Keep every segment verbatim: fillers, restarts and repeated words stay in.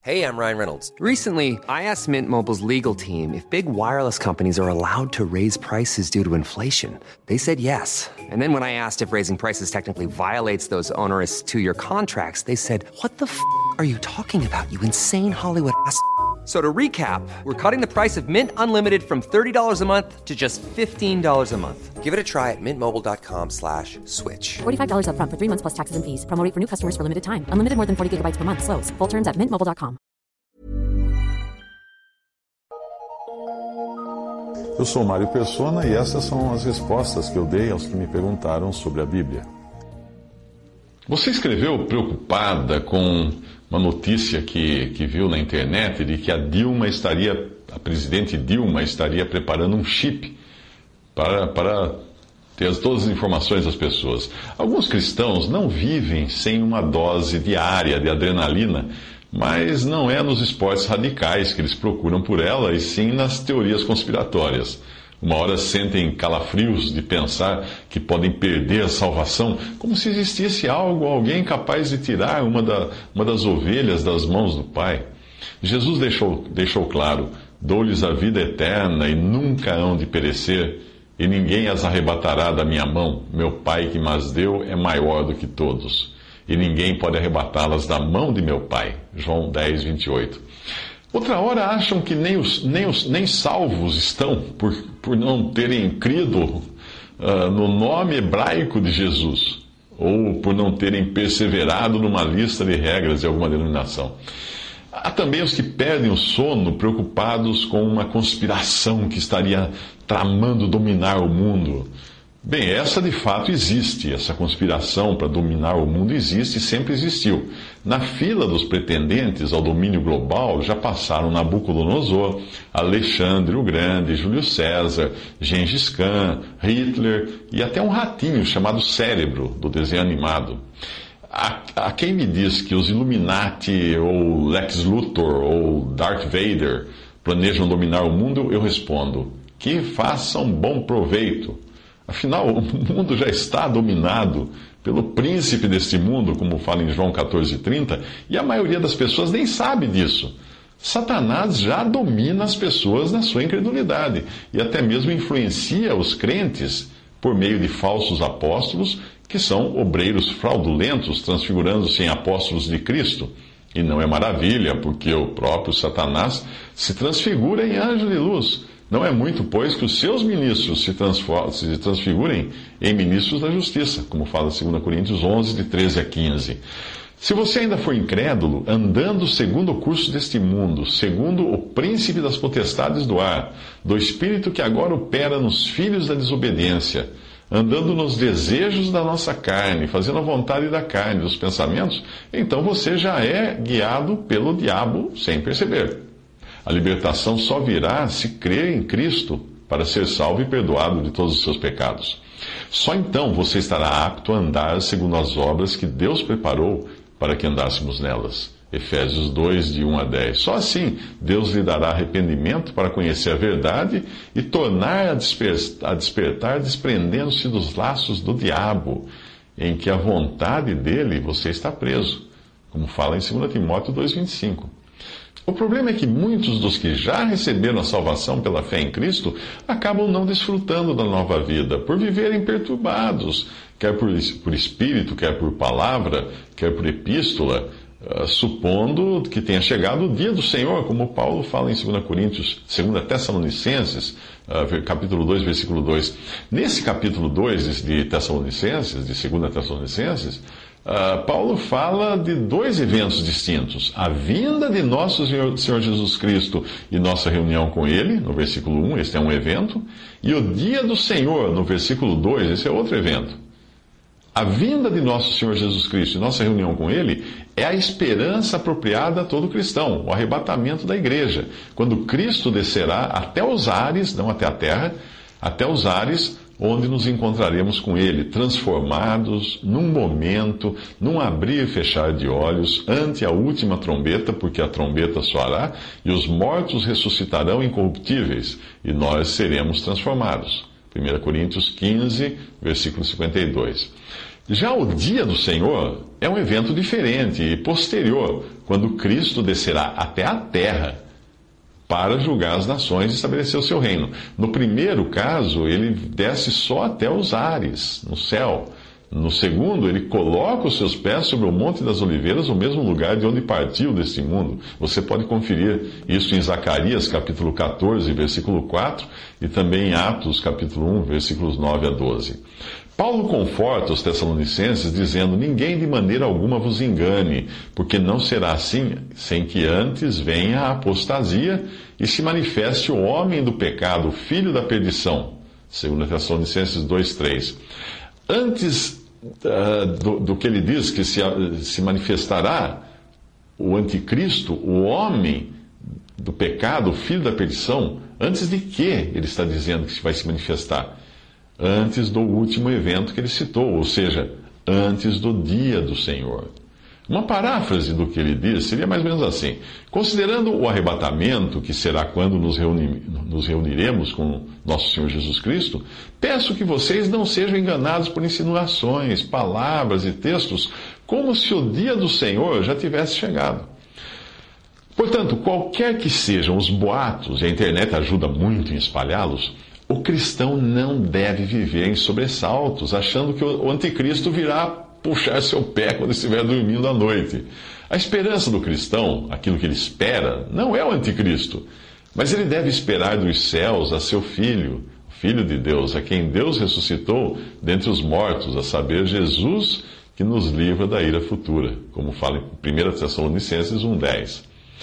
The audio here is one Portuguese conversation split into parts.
Hey, I'm Ryan Reynolds. Recently, I asked Mint Mobile's legal team if big wireless companies are allowed to raise prices due to inflation. They said yes. And then when I asked if raising prices technically violates those onerous two-year contracts, they said, what the f*** are you talking about, you insane Hollywood ass f- So to recap, we're cutting the price of Mint Unlimited from thirty dollars a month to just fifteen dollars a month. Give it a try at mintmobile.com slash switch. forty-five dollars up front for three months plus taxes and fees. Promo rate for new customers for limited time. Unlimited more than forty gigabytes per month. Slows full terms at mint mobile dot com. Eu sou Mário Persona e essas são as respostas que eu dei aos que me perguntaram sobre a Bíblia. Você escreveu preocupada com uma notícia que, que viu na internet de que a Dilma estaria, a presidente Dilma estaria preparando um chip para, para ter todas as informações das pessoas. Alguns cristãos não vivem sem uma dose diária de adrenalina, mas não é nos esportes radicais que eles procuram por ela, e sim nas teorias conspiratórias. Uma hora sentem calafrios de pensar que podem perder a salvação, como se existisse algo, alguém capaz de tirar uma, da, uma das ovelhas das mãos do Pai. Jesus deixou, deixou claro: dou-lhes a vida eterna e nunca hão de perecer, e ninguém as arrebatará da minha mão. Meu Pai que mas deu é maior do que todos, e ninguém pode arrebatá-las da mão de meu Pai. João dez, vinte e oito. Outra hora acham que nem, os, nem, os, nem salvos estão por, por não terem crido uh, no nome hebraico de Jesus, ou por não terem perseverado numa lista de regras de alguma denominação. Há também os que perdem o sono preocupados com uma conspiração que estaria tramando dominar o mundo. Bem, essa de fato existe, essa conspiração para dominar o mundo existe e sempre existiu. Na fila dos pretendentes ao domínio global já passaram Nabucodonosor, Alexandre o Grande, Júlio César, Gengis Khan, Hitler e até um ratinho chamado Cérebro, do desenho animado. A, a quem me diz que os Illuminati ou Lex Luthor ou Darth Vader planejam dominar o mundo, eu respondo: que façam bom proveito. Afinal, o mundo já está dominado pelo príncipe deste mundo, como fala em João catorze, trinta, e a maioria das pessoas nem sabe disso. Satanás já domina as pessoas na sua incredulidade e até mesmo influencia os crentes por meio de falsos apóstolos, que são obreiros fraudulentos, transfigurando-se em apóstolos de Cristo. E não é maravilha, porque o próprio Satanás se transfigura em anjo de luz. Não é muito, pois, que os seus ministros se, se transfigurem em ministros da justiça, como fala dois Coríntios onze, de treze a quinze. Se você ainda for incrédulo, andando segundo o curso deste mundo, segundo o príncipe das potestades do ar, do espírito que agora opera nos filhos da desobediência, andando nos desejos da nossa carne, fazendo a vontade da carne, dos pensamentos, então você já é guiado pelo diabo sem perceber. A libertação só virá se crer em Cristo para ser salvo e perdoado de todos os seus pecados. Só então você estará apto a andar segundo as obras que Deus preparou para que andássemos nelas. Efésios dois, de um a dez. Só assim Deus lhe dará arrependimento para conhecer a verdade e tornar a, desper- a despertar, desprendendo-se dos laços do diabo, em que a vontade dele você está preso, como fala em dois Timóteo dois, vinte e cinco. O problema é que muitos dos que já receberam a salvação pela fé em Cristo acabam não desfrutando da nova vida, por viverem perturbados, quer por, por espírito, quer por palavra, quer por epístola, uh, supondo que tenha chegado o dia do Senhor, como Paulo fala em dois Coríntios, dois Tessalonicenses, uh, capítulo dois, versículo dois. Nesse capítulo dois de Tessalonicenses, de dois Tessalonicenses, Uh, Paulo fala de dois eventos distintos: a vinda de nosso Senhor, Senhor Jesus Cristo e nossa reunião com Ele, no versículo um, este é um evento, e o dia do Senhor, no versículo dois, esse é outro evento. A vinda de nosso Senhor Jesus Cristo e nossa reunião com Ele é a esperança apropriada a todo cristão, o arrebatamento da igreja, quando Cristo descerá até os ares, não até a terra, até os ares, onde nos encontraremos com Ele, transformados num momento, num abrir e fechar de olhos, ante a última trombeta, porque a trombeta soará, e os mortos ressuscitarão incorruptíveis, e nós seremos transformados. primeira Coríntios quinze, versículo cinquenta e dois. Já o dia do Senhor é um evento diferente e posterior, quando Cristo descerá até a terra para julgar as nações e estabelecer o seu reino. No primeiro caso, ele desce só até os ares, no céu. No segundo, ele coloca os seus pés sobre o Monte das Oliveiras, o mesmo lugar de onde partiu deste mundo. Você pode conferir isso em Zacarias, capítulo catorze, versículo quatro, e também em Atos, capítulo um, versículos nove a doze. Paulo conforta os Tessalonicenses dizendo: ninguém de maneira alguma vos engane, porque não será assim sem que antes venha a apostasia e se manifeste o homem do pecado, o filho da perdição. segundo Tessalonicenses dois, três. Antes uh, do, do que ele diz que se, se manifestará o anticristo, o homem do pecado, o filho da perdição, antes de que ele está dizendo que vai se manifestar? Antes do último evento que ele citou, ou seja, antes do dia do Senhor. Uma paráfrase do que ele diz seria mais ou menos assim: considerando o arrebatamento, que será quando nos, reuni nos reuniremos com nosso Senhor Jesus Cristo, peço que vocês não sejam enganados por insinuações, palavras e textos, como se o dia do Senhor já tivesse chegado. Portanto, qualquer que sejam os boatos, e a internet ajuda muito em espalhá-los, o cristão não deve viver em sobressaltos, achando que o anticristo virá puxar seu pé quando estiver dormindo à noite. A esperança do cristão, aquilo que ele espera, não é o anticristo, mas ele deve esperar dos céus a seu Filho, o Filho de Deus, a quem Deus ressuscitou dentre os mortos, a saber, Jesus, que nos livra da ira futura, como fala em primeira Tessalonicenses um, dez.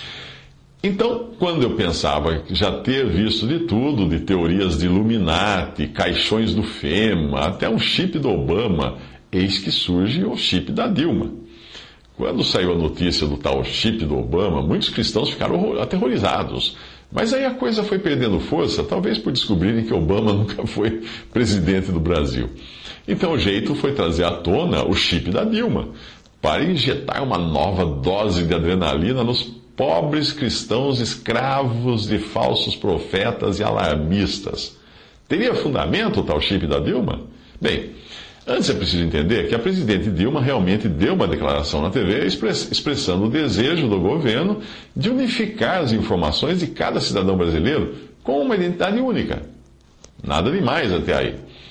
Então, quando eu pensava já ter visto de tudo, de teorias de Illuminati, caixões do FEMA, até um chip do Obama, eis que surge o chip da Dilma. Quando saiu a notícia do tal chip do Obama, muitos cristãos ficaram aterrorizados. Mas aí a coisa foi perdendo força, talvez por descobrirem que Obama nunca foi presidente do Brasil. Então o jeito foi trazer à tona o chip da Dilma, para injetar uma nova dose de adrenalina nos pobres cristãos escravos de falsos profetas e alarmistas. Teria fundamento o tal chip da Dilma? Bem, antes é preciso entender que a presidente Dilma realmente deu uma declaração na T V expressando o desejo do governo de unificar as informações de cada cidadão brasileiro com uma identidade única. Nada demais até aí.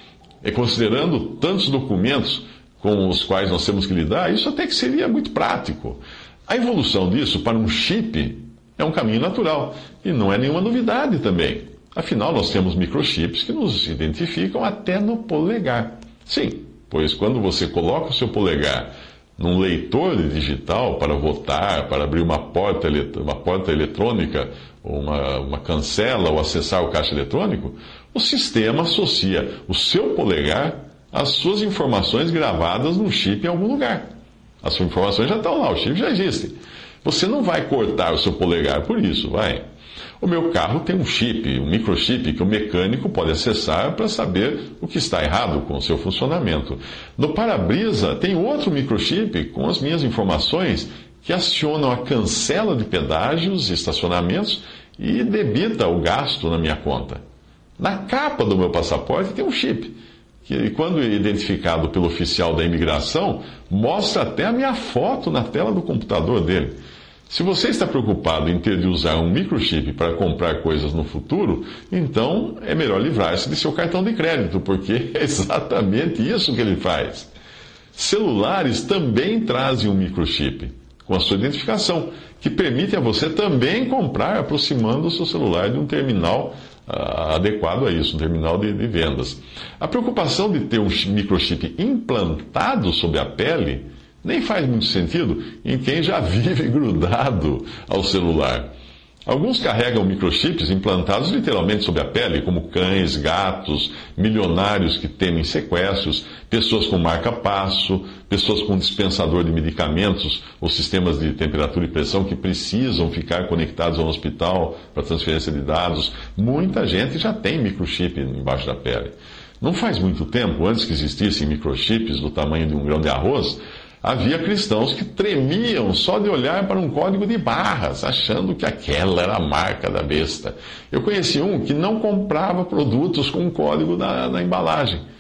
E considerando tantos documentos com os quais nós temos que lidar, isso até que seria muito prático. A evolução disso para um chip é um caminho natural e não é nenhuma novidade também. Afinal, nós temos microchips que nos identificam até no polegar. Sim, pois quando você coloca o seu polegar num leitor digital para votar, para abrir uma porta, uma porta eletrônica, uma, uma cancela ou acessar o caixa eletrônico, o sistema associa o seu polegar às suas informações gravadas num chip em algum lugar. As suas informações já estão lá, o chip já existe. Você não vai cortar o seu polegar por isso, vai. O meu carro tem um chip, um microchip que o mecânico pode acessar para saber o que está errado com o seu funcionamento. No para-brisa tem outro microchip com as minhas informações que acionam a cancela de pedágios e estacionamentos e debita o gasto na minha conta. Na capa do meu passaporte tem um chip, que quando identificado pelo oficial da imigração, mostra até a minha foto na tela do computador dele. Se você está preocupado em ter de usar um microchip para comprar coisas no futuro, então é melhor livrar-se de seu cartão de crédito, porque é exatamente isso que ele faz. Celulares também trazem um microchip com a sua identificação, que permite a você também comprar aproximando o seu celular de um terminal uh, adequado a isso, um terminal de, de vendas. A preocupação de ter um microchip implantado sob a pele nem faz muito sentido em quem já vive grudado ao celular. Alguns carregam microchips implantados literalmente sob a pele, como cães, gatos, milionários que temem sequestros, pessoas com marca-passo, pessoas com dispensador de medicamentos ou sistemas de temperatura e pressão que precisam ficar conectados ao hospital para transferência de dados. Muita gente já tem microchip embaixo da pele. Não faz muito tempo, antes que existissem microchips do tamanho de um grão de arroz, havia cristãos que tremiam só de olhar para um código de barras, achando que aquela era a marca da besta. Eu conheci um que não comprava produtos com um código na, na embalagem,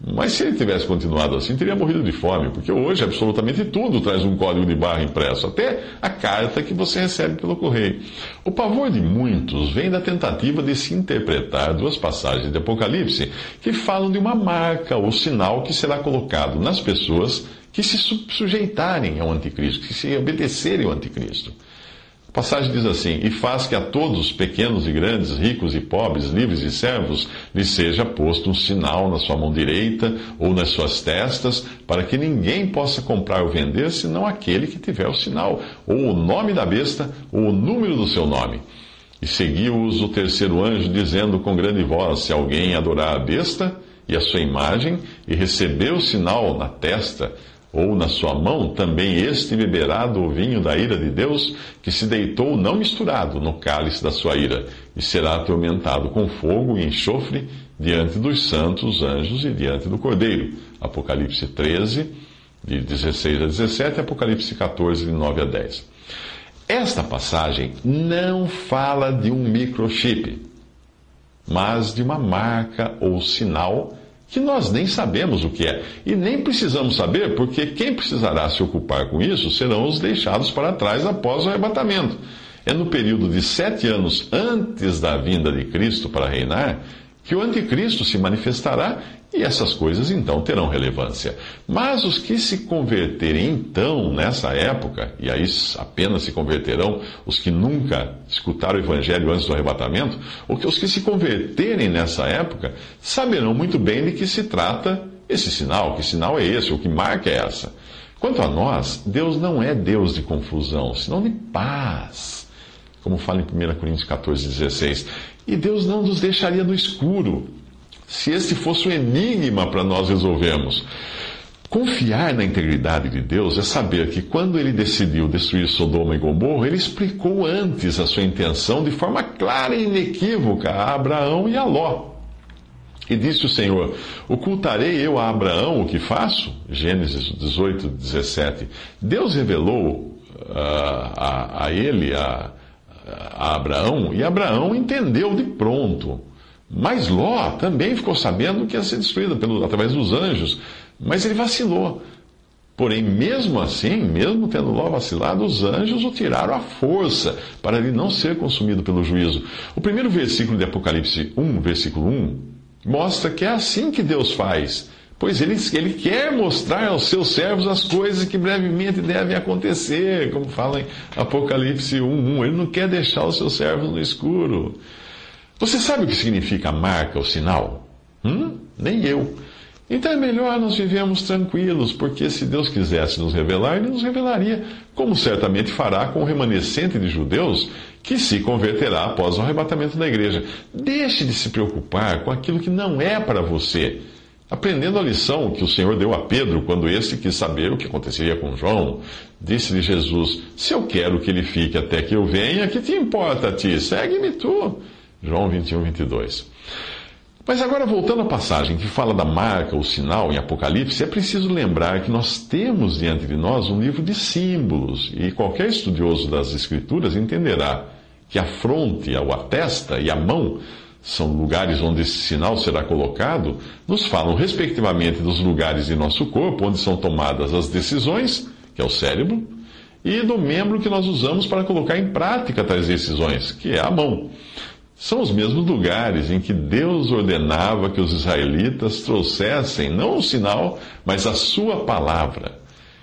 Mas se ele tivesse continuado assim, teria morrido de fome, porque hoje absolutamente tudo traz um código de barra impresso, até a carta que você recebe pelo correio. O pavor de muitos vem da tentativa de se interpretar duas passagens de Apocalipse que falam de uma marca ou sinal que será colocado nas pessoas que se sujeitarem ao anticristo, que se obedecerem ao anticristo. A passagem diz assim: e faz que a todos, pequenos e grandes, ricos e pobres, livres e servos, lhes seja posto um sinal na sua mão direita ou nas suas testas, para que ninguém possa comprar ou vender, senão aquele que tiver o sinal, ou o nome da besta, ou o número do seu nome. E seguiu-os o terceiro anjo, dizendo com grande voz: se alguém adorar a besta e a sua imagem, e receber o sinal na testa, ou na sua mão, também este beberá do vinho da ira de Deus, que se deitou não misturado no cálice da sua ira, e será atormentado com fogo e enxofre diante dos santos anjos e diante do Cordeiro. Apocalipse treze, de dezesseis a dezessete, e Apocalipse catorze, de nove a dez. Esta passagem não fala de um microchip, mas de uma marca ou sinal que nós nem sabemos o que é. E nem precisamos saber, porque quem precisará se ocupar com isso serão os deixados para trás após o arrebatamento. É no período de sete anos antes da vinda de Cristo para reinar que o anticristo se manifestará, e essas coisas então terão relevância. Mas os que se converterem então nessa época, e aí apenas se converterão os que nunca escutaram o evangelho antes do arrebatamento, ou que os que se converterem nessa época saberão muito bem de que se trata esse sinal, que sinal é esse, ou que marca é essa. Quanto a nós, Deus não é Deus de confusão, senão de paz, como fala em primeira Coríntios catorze, dezesseis. E Deus não nos deixaria no escuro, se este fosse um enigma para nós resolvermos. Confiar na integridade de Deus é saber que quando ele decidiu destruir Sodoma e Gomorra, ele explicou antes a sua intenção de forma clara e inequívoca a Abraão e a Ló. E disse o Senhor: ocultarei eu a Abraão o que faço? Gênesis dezoito, dezessete. Deus revelou uh, a, a ele, a a Abraão, e Abraão entendeu de pronto. Mas Ló também ficou sabendo que ia ser destruída pelo, através dos anjos, mas ele vacilou. Porém, mesmo assim, mesmo tendo Ló vacilado, os anjos o tiraram à força, para ele não ser consumido pelo juízo. O primeiro versículo de Apocalipse um, versículo um, mostra que é assim que Deus faz, pois ele, ele quer mostrar aos seus servos as coisas que brevemente devem acontecer, como fala em Apocalipse um, um. Ele não quer deixar os seus servos no escuro. Você sabe o que significa a marca, o sinal? Hum? Nem eu. Então é melhor nós vivermos tranquilos, porque se Deus quisesse nos revelar, Ele nos revelaria, como certamente fará com o remanescente de judeus que se converterá após o arrebatamento da igreja. Deixe de se preocupar com aquilo que não é para você, aprendendo a lição que o Senhor deu a Pedro quando este quis saber o que aconteceria com João. Disse-lhe Jesus: se eu quero que ele fique até que eu venha, que te importa a ti? Segue-me tu. João vinte e um, vinte e dois. Mas agora, voltando à passagem que fala da marca ou sinal em Apocalipse, é preciso lembrar que nós temos diante de nós um livro de símbolos, e qualquer estudioso das Escrituras entenderá que a fronte, a testa e a mão são lugares onde esse sinal será colocado, nos falam respectivamente dos lugares de nosso corpo onde são tomadas as decisões, que é o cérebro, e do membro que nós usamos para colocar em prática tais decisões, que é a mão. São os mesmos lugares em que Deus ordenava que os israelitas trouxessem, não o sinal, mas a sua palavra.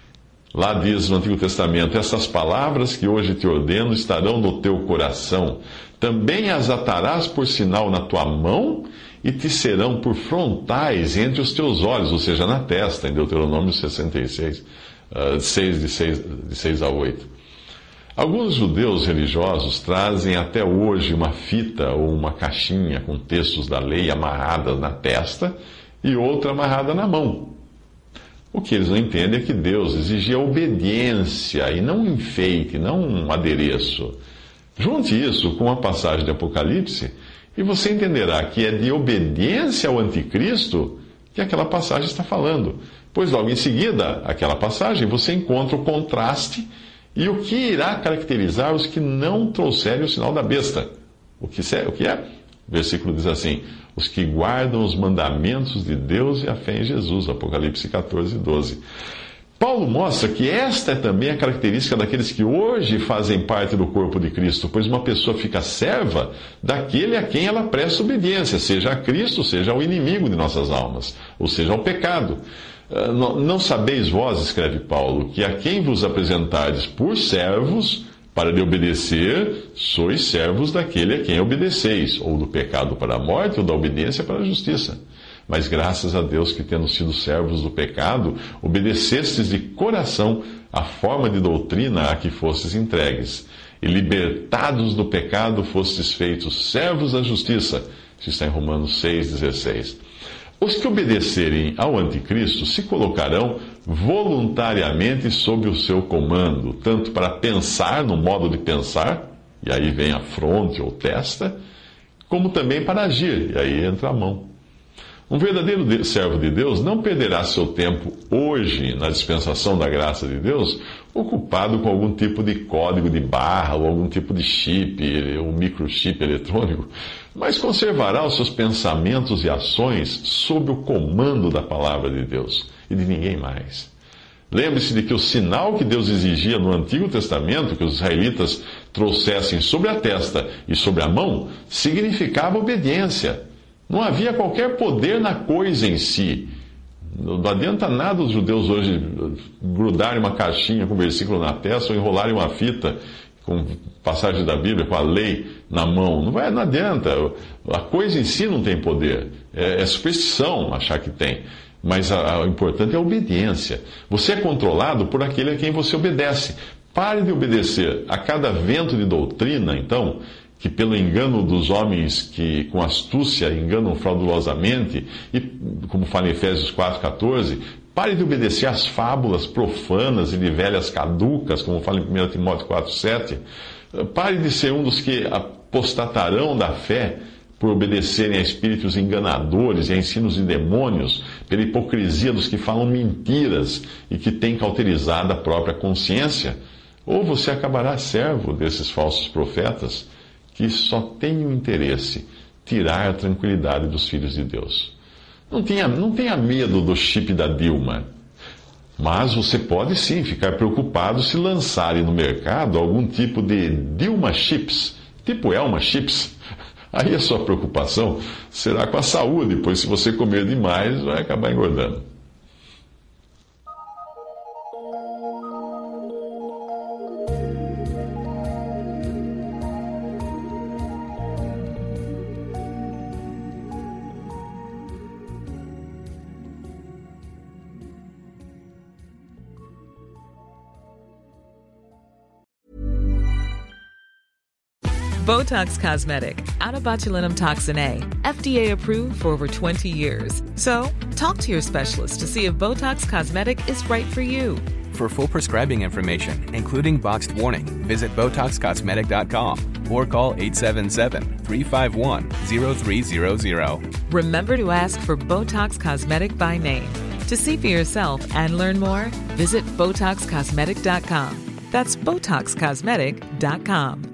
Lá diz no Antigo Testamento: essas palavras que hoje te ordeno estarão no teu coração. Também as atarás por sinal na tua mão e te serão por frontais entre os teus olhos, ou seja, na testa, em Deuteronômio sessenta e seis, uh, seis, de seis a oito. Alguns judeus religiosos trazem até hoje uma fita ou uma caixinha com textos da lei amarradas na testa e outra amarrada na mão. O que eles não entendem é que Deus exigia obediência e não um enfeite, não um adereço. Junte isso com a passagem de Apocalipse e você entenderá que é de obediência ao anticristo que aquela passagem está falando. Pois logo em seguida, aquela passagem, você encontra o contraste e o que irá caracterizar os que não trouxerem o sinal da besta. O que é? O que é? O versículo diz assim: os que guardam os mandamentos de Deus e a fé em Jesus, Apocalipse catorze, doze. Paulo mostra que esta é também a característica daqueles que hoje fazem parte do corpo de Cristo, pois uma pessoa fica serva daquele a quem ela presta obediência, seja a Cristo, seja ao inimigo de nossas almas, ou seja, ao pecado. Não sabeis vós, escreve Paulo, que a quem vos apresentardes por servos para lhe obedecer, sois servos daquele a quem obedeceis, ou do pecado para a morte, ou da obediência para a justiça. Mas graças a Deus que, tendo sido servos do pecado, obedecestes de coração a forma de doutrina a que fostes entregues. E libertados do pecado, fostes feitos servos da justiça. Isso está em Romanos seis, dezesseis. Os que obedecerem ao anticristo se colocarão voluntariamente sob o seu comando, tanto para pensar no modo de pensar, e aí vem a fronte ou testa, como também para agir, e aí entra a mão. Um verdadeiro servo de Deus não perderá seu tempo hoje, na dispensação da graça de Deus, ocupado com algum tipo de código de barra, ou algum tipo de chip, um microchip eletrônico, mas conservará os seus pensamentos e ações sob o comando da palavra de Deus e de ninguém mais. Lembre-se de que o sinal que Deus exigia no Antigo Testamento, que os israelitas trouxessem sobre a testa e sobre a mão, significava obediência. Não havia qualquer poder na coisa em si. Não adianta nada os judeus hoje grudarem uma caixinha com versículo na testa ou enrolarem uma fita com passagem da Bíblia, com a lei na mão. Não vai, não adianta. A coisa em si não tem poder. É, é superstição achar que tem. Mas a, a, o importante é a obediência. Você é controlado por aquele a quem você obedece. Pare de obedecer a cada vento de doutrina, então, que pelo engano dos homens que com astúcia enganam fraudulosamente, e como fala em Efésios quatro, catorze, pare de obedecer às fábulas profanas e de velhas caducas, como fala em primeiro Timóteo quatro, sete. Pare de ser um dos que apostatarão da fé por obedecerem a espíritos enganadores e a ensinos de demônios, pela hipocrisia dos que falam mentiras e que têm cauterizado a própria consciência. Ou você acabará servo desses falsos profetas, que só tem o interesse tirar a tranquilidade dos filhos de Deus. Não tenha, não tenha medo do chip da Dilma, mas você pode sim ficar preocupado se lançarem no mercado algum tipo de Dilma Chips, tipo Elma Chips. Aí a sua preocupação será com a saúde, pois se você comer demais, vai acabar engordando. Botox Cosmetic, out of botulinum toxin A, F D A approved for over twenty years. So, talk to your specialist to see if Botox Cosmetic is right for you. For full prescribing information, including boxed warning, visit Botox Cosmetic dot com or call eight seven seven, three five one, zero three zero zero. Remember to ask for Botox Cosmetic by name. To see for yourself and learn more, visit Botox Cosmetic dot com. That's Botox Cosmetic dot com.